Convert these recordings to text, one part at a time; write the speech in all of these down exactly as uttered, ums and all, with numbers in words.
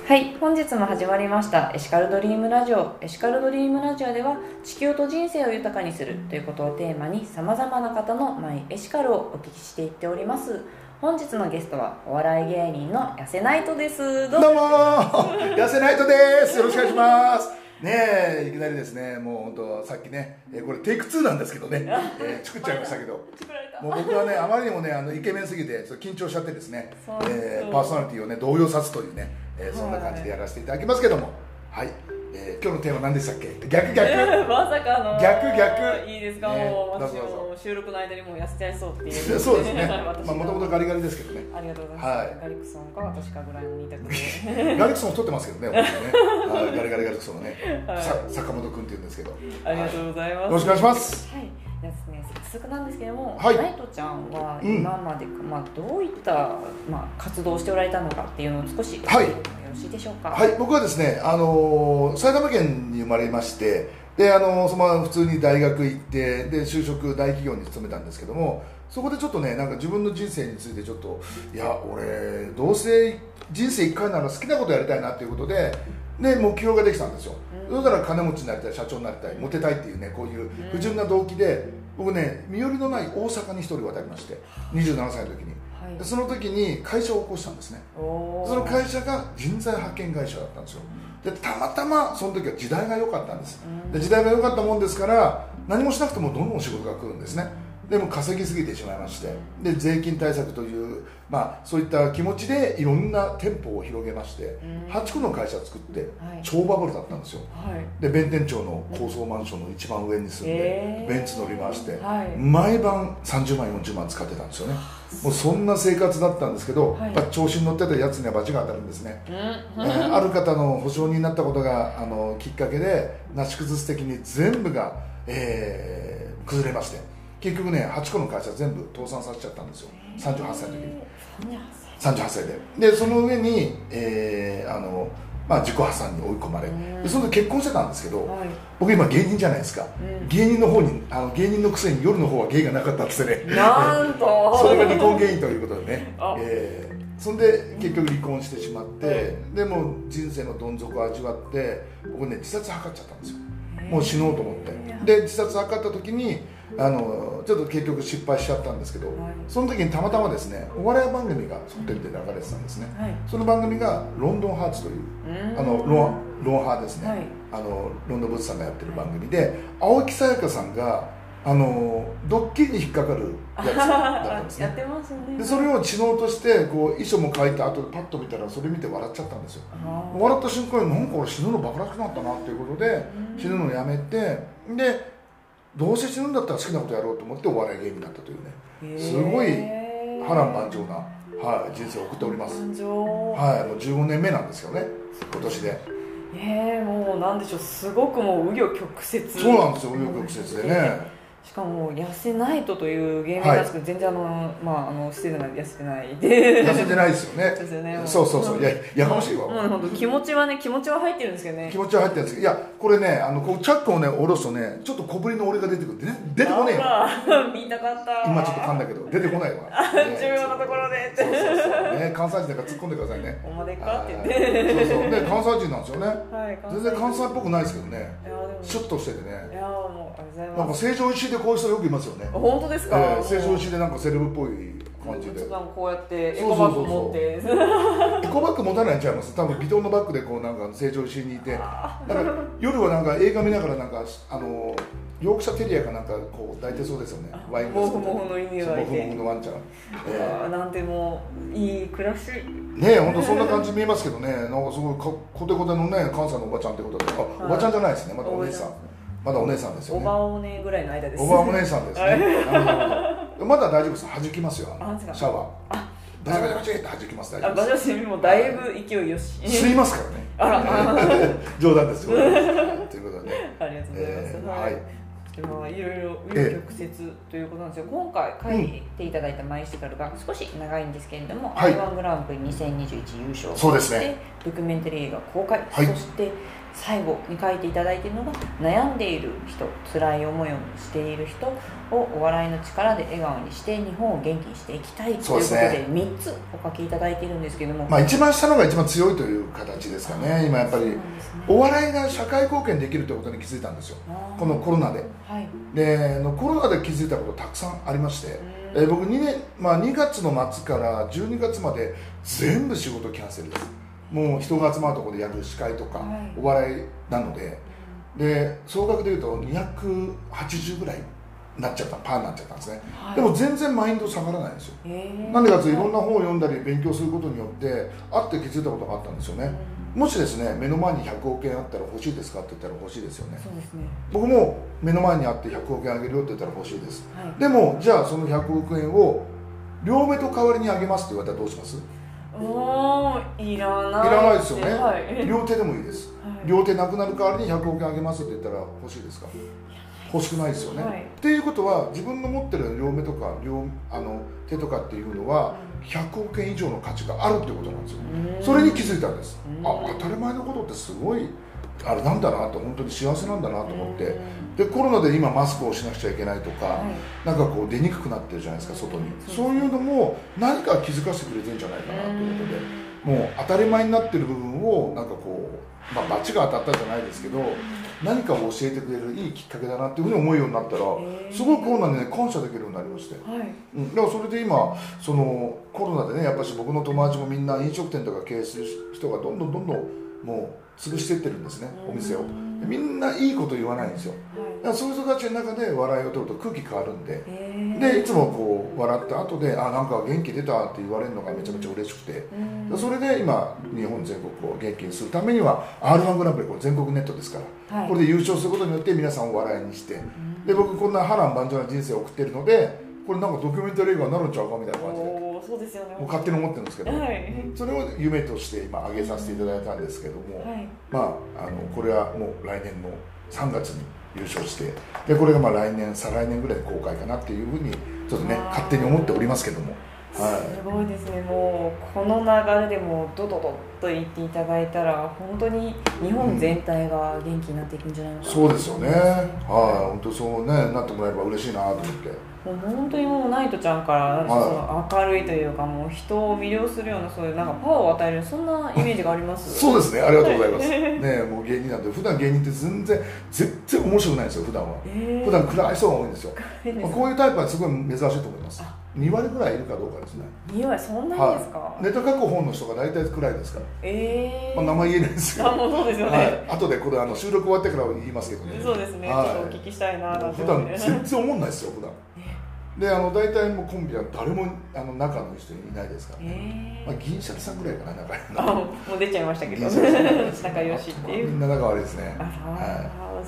はい、本日も始まりましたエシカルドリームラジオ。エシカルドリームラジオでは地球と人生を豊かにするということをテーマに、さまざまな方のマイエシカルをお聞きしていっております。本日のゲストはお笑い芸人のやせナイトです。 どうもーやせナイトです。よろしくお願いしますね。えいきなりですね、もう本当さっきね、えこれテイクツーなんですけどね、えー、作っちゃいましたけどもう僕はね、あまりにもね、あのイケメンすぎて緊張しちゃってですね、えー、パーソナリティをね動揺さすというね、えー、そんな感じでやらせていただきますけども、はい、えー、今日のテーマ何でしたっけ？逆逆まさかの逆逆いいですか、ね、もう私も収録の間にもう痩せちゃいそうっていう、 そうですね、まあもともとガリガリですけどね。 ありがとうございます、はい、ガリクソンか私かぐらいの二択でガリクソン太ってますけどね、本当にねガリガリガリクソンのね、はい、坂本君っていうんですけど、 ありがとうございます、はい、 よろしくお願いします。 はい、ですね、早速なんですけども、 はい、 ナイトちゃんは今まで、うん、まあ、どういった、まあ、活動をしておられたのかっていうのを少し、はい、よろしいでしょうか。 はい、僕はですね、あのー、埼玉県に生まれまして、で、あのー、そのまま普通に大学行ってで就職大企業に勤めたんですけども、そこでちょっとね、なんか自分の人生についてちょっと、いや俺どうせ人生いっかいなら好きなことやりたいなということで、で目標ができたんですよ。そしたら金持ちになりたい、社長になりたい、モテたいっていうね、こういう不純な動機で僕ね、身寄りのない大阪に一人渡りまして、にじゅうななさいの時に、はい、でその時に会社を起こしたんですね。その会社が人材派遣会社だったんですよ。でたまたまその時は時代が良かったんです。で時代が良かったもんですから何もしなくてもどんどん仕事が来るんですね。でも稼ぎすぎてしまいまして、で税金対策という、まあ、そういった気持ちでいろんな店舗を広げまして、はちくの会社を作って、はい、超バブルだったんですよ、はい、で弁天町の高層マンションの一番上に住んで、えー、ベンツ乗り回して、はい、毎晩さんじゅうまんよんじゅうまん使ってたんですよね。もうそんな生活だったんですけど、はい、やっぱ調子に乗ってたやつには罰が当たるんですね、うん、えー、ある方の保証人になったことがあのきっかけでなし崩す的に全部が、えー、崩れまして、結局ね、はちこの会社全部倒産させちゃったんですよ、さんじゅうはっさいの時に。さんじゅうはっさいで、でその上に、えーあのまあ、自己破産に追い込まれ、でその時結婚してたんですけど、はい、僕今芸人じゃないですか、うん、芸人の方にあの芸人のくせに夜の方は芸がなかったってね、 なんとそれが離婚原因ということでね、えー、そんで結局離婚してしまって、でも人生のどん底を味わって僕ね、自殺図っちゃったんですよ。もう死のうと思って、で自殺図った時にあのちょっと結局失敗しちゃったんですけど、はい、その時にたまたまですね、お笑い番組がホテルで流れてたんですね、はい、その番組がロンドンハーツという、あのロン、ロンハーですね、はい、あのロンドンブーツさんがやってる番組で、青木さやかさんがあのドッキリに引っかかるやつだったんですね。 やってますね。 でそれを知能としてこう衣装も書いた後でパッと見たらそれ見て笑っちゃったんですよ。笑った瞬間になんか俺死ぬのバカらしくなったなっていうことで、死ぬのをやめて、でどうせ死ぬんだったら好きなことやろうと思ってお笑い芸人になったというね、すごい波乱万丈な、はい、人生を送っております。はい、もうじゅうごねんめなんですよね、今年で。 えー、もうなんでしょう、すごくもう紆余曲折。 そうなんですよ、紆余曲折でね。 しかも痩せないとという芸名なんですけど、はい、全然あの、まあ、あの捨てない痩せてないで痩せてないですよね。 ですよね。 そうそうそう、いややかましいわ。 もう本当気持ちはね、気持ちは入ってるんですけどね。 気持ちは入ってるんですけど、いやこれね、あのこうチャックをね下ろすとね、ちょっと小ぶりの俺が出てくるってね、出てこねえわ。 見たかった。 今ちょっと噛んだけど出てこないわ。 重要なところで。 そうそうそうね、関西人だから突っ込んでくださいね。 おまでかって言って。 そうそうね、関西人なんですよね。 はい。 全然関西っぽくないですけどね。シュッとしててね。 いやもうありがとうございます。 なんか成城石井でこういう人よくいますよね。 本当ですか。 えー、成城石井でなんかセレブっぽい感じで。 こうやってエコバッグ持って。エコバッグ持たないんちゃいます。多分ビトンのバッグでこうなんか成城石井にいて、なんか夜はなんか映画見ながらなんかあのヨークシャテリアかなんかこう抱いてそうですよね。ワイングラス。 モフモフの犬がいて。 モフモフのワンちゃん。 えー、なんてもういい暮らし。 ねえ、本当そんな感じ見えますけどね。なんかすごいコテコテのね関西のおばちゃんってことで、あ、おばちゃんじゃないですね。まだお姉さん。まだお姉さんですよね。 おばおねぐらいの間です。 おばお姉さんですね。まだ大丈夫です。弾きますよ。シャワー。バチバチバチって弾きます。大丈夫です。 バチバチもだいぶ勢いよし。 吸いますからね。あら、冗談ですよ。ということでね。 ありがとうございます。はい。まあいろいろ紆余曲折ということなんですよ。今回書いていただいたマイスカルが少し長いんですけれども、アイワングランプリにせんにじゅういち優勝。 そうですね。 ドキュメンタリー映画公開。そして最後に書いていただいているのが、悩んでいる人、辛い思いをしている人をお笑いの力で笑顔にして日本を元気にしていきたいということでみっつお書きいただいているんですけども、 まあ、一番下のが一番強いという形ですかね。今やっぱり、ね、お笑いが社会貢献できるということに気づいたんですよ、このコロナで、はい、でコロナで気づいたことたくさんありまして、えー、僕 2, 年、まあ、にがつの末からじゅうにがつまで全部仕事キャンセルです。もう人が集まるところでやる司会とか、はい、お笑いなので、で総額でいうとにひゃくはちじゅうぐらいなっちゃったパーになっちゃったんですね、はい、でも全然マインド下がらないんですよ。なんでかというといろんな本を読んだり勉強することによってあって気づいたことがあったんですよね。もしですね目の前にひゃくおくえんあったら欲しいですかって言ったら欲しいですよね。 そうですね。 僕も目の前にあってひゃくおくえんあげるよって言ったら欲しいです、はい、でもじゃあそのひゃくおくえんを両目と代わりにあげますって言われたらどうします？ おー、いらないいらないですよね、 はい、 両手でもいいです、はい、両手なくなる代わりにひゃくおくえんあげますって言ったら欲しいですか？欲しくないですよね、はい、っていうことは自分の持ってる両目とか両あの手とかっていうのはひゃくおくえん以上の価値があるっていうことなんですよ。それに気づいたんです。あ、当たり前のことってすごいあれなんだなと、本当に幸せなんだなと思って、でコロナで今マスクをしなくちゃいけないとか、はい、なんかこう出にくくなってるじゃないですか外に、そういうのも何か気づかせてくれてるんじゃないかなということで、もう当たり前になってる部分をなんかこう、まあ、バチが当たったじゃないですけど何かを教えてくれるいいきっかけだなっていうふうに思うようになったらすごいコロナでね感謝できるようになりまして、はい、うん、だからそれで今そのコロナでねやっぱり僕の友達もみんな飲食店とか経営する人がどんどんどんどんもう潰していってるんですね、お店を。みんないいこと言わないんですよ、だからそういう人たちの中で笑いを取ると空気変わるんで、でいつもこう笑った後であなんか元気出たって言われるのがめちゃめちゃ嬉しくて、それで今日本全国を元気にするためには アールワン グランプリこれ全国ネットですから、はい、これで優勝することによって皆さんを笑いにして、で僕こんな波乱万丈な人生を送ってるのでこれなんかドキュメンタリー映画になるんちゃうかみたいな感じで、 おそうですよね、 もう勝手に思ってるんですけど、 はい、 それを夢として今挙げさせていただいたんですけども、はい、まあ、あのこれはもう来年のさんがつに優勝して、でこれがまあ来年再来年ぐらいで公開かなっていうふうにちょっとね勝手に思っておりますけども、 はい、すごいですね。もうこの流れでもドドドッと言っていただいたら本当に日本全体が元気になっていくんじゃないかな、 うん、そうですよね、はい、本当そうねなってもらえれば嬉しいなと思って。 もう本当にもうナイトちゃんからその明るいというかもう人を魅了するようなそういうなんかパワーを与えるそんなイメージがありますそうですね、ありがとうございますね。もう芸人なんて普段芸人って全然全然面白くないんですよ普段は、えー、普段暗い人が多いんですよまあ、こういうタイプはすごい珍しいと思います。にわりぐらいいるかどうかですね。 にわりそんなにですか、 はい、ネタ書く本の人が大体暗いですから、 えーまあ、名前言えないですけど、 あもうそうですよね、はい、 後でこれあの収録終わってから言いますけどね。 そうですね、はい、ちょっとお聞きしたいななんて普段全然思んないですよ普段であの大体もうコンビは誰もあの仲のいい人いないですから、ね、えーまあ、銀シャリさんぐらいかな仲良いあもう出ちゃいましたけど仲良しっていう、 みんな仲悪いですね。あはい、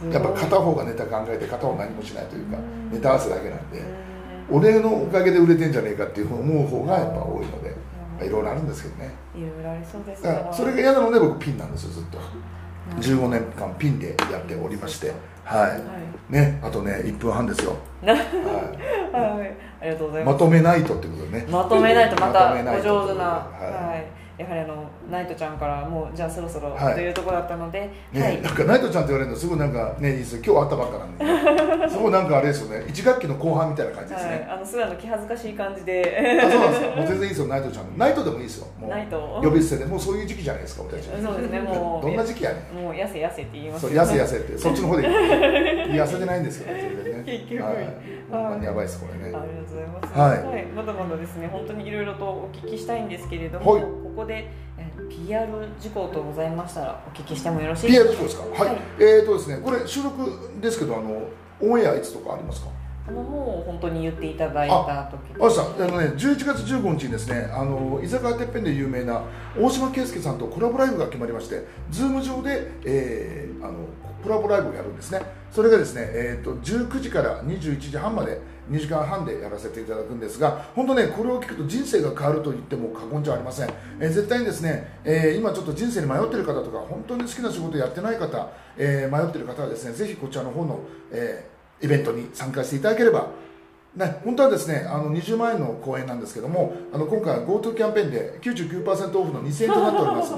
やっぱ片方がネタ考えて片方何もしないというかネタ合わせだけなんで、俺のおかげで売れてんじゃねえかっていう思う方がやっぱ多いので、いろいろあるんですけどね。 いろいろありそうですだからそれが嫌なので僕ピンなんですよずっとじゅうごねんかんピンでやっておりまして、はい、はい、ね、あとねいっぷんはんですよはい、 はい、ありがとうございます。 まとめないとってことでね、 まとめないとまたお上手な、 はい、はい、 やはりあのナイトちゃんからもうじゃあそろそろというところだったので、はいね、 はい、 なんかナイトちゃんって言われるのすごいなんかねいいですよ、今日会ったばっかなんで、ね、すごいなんかあれですよね、いち学期の後半みたいな感じですね、はい、 あのすごいあの気恥ずかしい感じであそうなんですか、もう全然いいですよナイトちゃん、ナイトでもいいですよ、もうナイト呼び捨てでもうそういう時期じゃないですか俺たち。 そうですね、もうどんな時期やねん、もうやせやせって言います、 ね、そうやせやせってそっちの方で言う痩せてないんですけど全然ね結局、 はいはい、やばいですこれね。 ありがとうございます、はいはい、まだまだですね本当にいろいろとお聞きしたいんですけれども、はい、ここで ピーアール 事項とございましたらお聞きしてもよろしいですか。 ピーアール 事項ですか。はい、はい、えーとですねこれ収録ですけどあのオンエアいつとかありますか。 あのもう本当に言っていただいた時あ、あしたあのねじゅういちがつじゅうごにちにですねあの居酒屋てっぺんで有名な大島圭介さんとコラボライブが決まりまして、ズーム上で、えー、あのコラボライブをやるんですね。それがですね、えー、とじゅうくじからにじゅういちじはんまでにじかんはんでやらせていただくんですが、本当ねこれを聞くと人生が変わると言っても過言じゃありません。えー、絶対にですね、えー、今ちょっと人生に迷っている方とか本当に好きな仕事をやってない方、えー、迷っている方はですねぜひこちらの方の、えー、イベントに参加していただければね、本当はですねあのにじゅうまんえんの公演なんですけども、あの今回は GoTo キャンペーンで きゅうじゅうきゅうパーセント オフのにせんえんとなっておりますので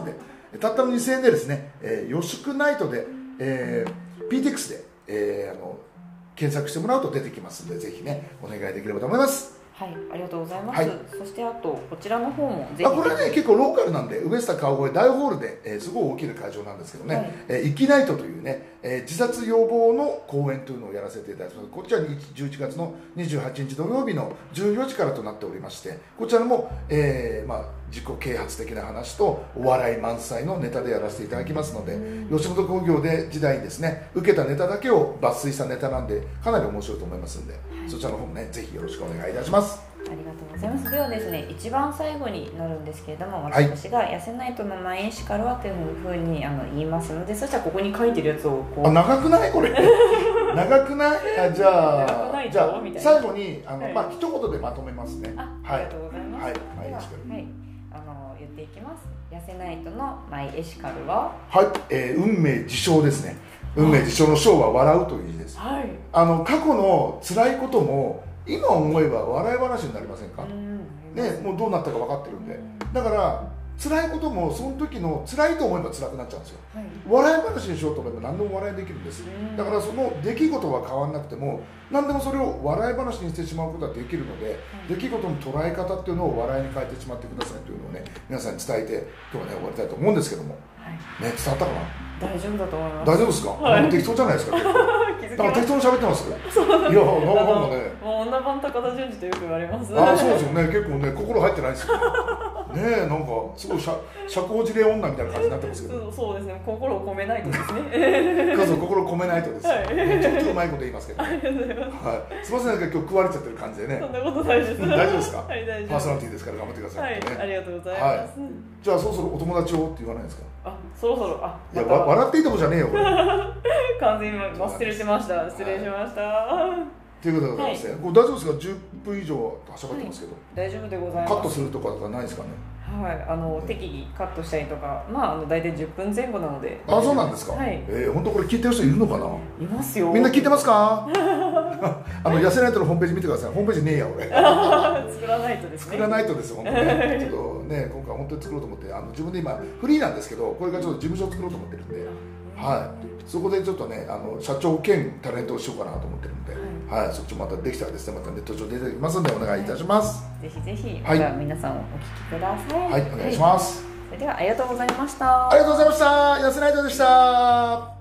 たったのにせんえんでですね、えー、予祝ナイトで、えー、ピーティーエックス で、えー、あの検索してもらうと出てきますので、ぜひねお願いできればと思います。 はい、ありがとうございます。 はい、 そしてあとこちらの方もぜひ。 あ、これね結構ローカルなんで、ウエスタ川越大ホールで、えー、すごい大きな会場なんですけどね、はい、えー、イキナイトというね、えー、自殺予防の公演というのをやらせていただきます。こちらにじゅういちがつのにじゅうはちにち土曜日のじゅうよじからとなっておりまして、こちらも、えーまあ、自己啓発的な話とお笑い満載のネタでやらせていただきますので、吉本興業で時代にですね受けたネタだけを抜粋したネタなんでかなり面白いと思いますので、はい、そちらの方もねぜひよろしくお願いいたします。 ありがとうございます。ではですね、一番最後になるんですけれども、私が痩せないとのマイエシカルはというふうにあの言いますので、そしたらここに書いてるやつをこう。 あ、長くないこれ長くない？あ、じゃあ長くないじゃあみたいな最後にあの、はい、まあ一言でまとめますね。 あ、ありがとうございます。 はい、 では、はい、あの言っていきます。痩せないとのマイエシカルは、 はい、えー、運命自称ですね。運命自称の称は笑うという意味です。 はい。 あの過去の辛いことも今思えば笑い話になりませんか？ね、もうどうなったか分かってるんで、だから辛いこともその時の辛いと思えば辛くなっちゃうんですよ、はい、笑い話にしようと思えば何でも笑いできるんです。だからその出来事は変わらなくても何でもそれを笑い話にしてしまうことはできるので、はい、出来事の捉え方っていうのを笑いに変えてしまってくださいというのをね皆さんに伝えて今日はね終わりたいと思うんですけども、はい、ね、伝わったかな？ 大丈夫だと思います。 大丈夫ですか？はい、適当じゃないですか。だから適当に喋ってます。いや、なんかね、 もう女版高田純次とよく言われます。 あ、そうですよね。結構ね心入ってないですよね。ねえ、なんかすごい社社交辞令女みたいな感じになってますけど。 そうですね。心を込めないとですね。 そうそう、心を込めないとです。はい、ちょっとうまいこと言いますけど、ね。 ありがとうございます。 はい。すみません、なんか今日食われちゃってる感じでね。 そんなことないです。 大丈夫ですか？ はい、大丈夫。 パーソナリティですから頑張ってください、ね。 はい、ありがとうございます。はい、 じゃあそろそろお友達をって言わないですか？ あ、そろそろ、あ、 いや、わ笑っていいとこじゃねえよこれ。 完全に忘れてました。失礼しました。はい、 ということでございまして、はい、これ大丈夫ですか？じゅっぷん以上はしゃべってますけど、 はい、大丈夫でございます。 カットするとかとかないですかね？ はい、あの適宜カットしたりとか、まあ、あの大体じゅっぷんぜん後なので。 あ、そうなんですか。 はい、 えー、本当これ聞いてる人いるのかな？ いますよ。 みんな聞いてますか？あの痩せないとのホームページ見てください。ホームページねえや俺。 作らないとですね。 作らないとです本当ね。ちょっとね今回本当に作ろうと思って、あの自分で今フリーなんですけど、これからちょっと事務所を作ろうと思ってるんで、はい。そこでちょっとねあの社長兼タレントをしようかなと思ってるんで、はい、はい、そっちまたできたらですねまたネット上で出てきますのでお願いいたします。 はい、ぜひぜひ、はい、では皆さんお聞きください。 はい、お願いします。 はい、それではありがとうございました。 ありがとうございました。痩せないとでした。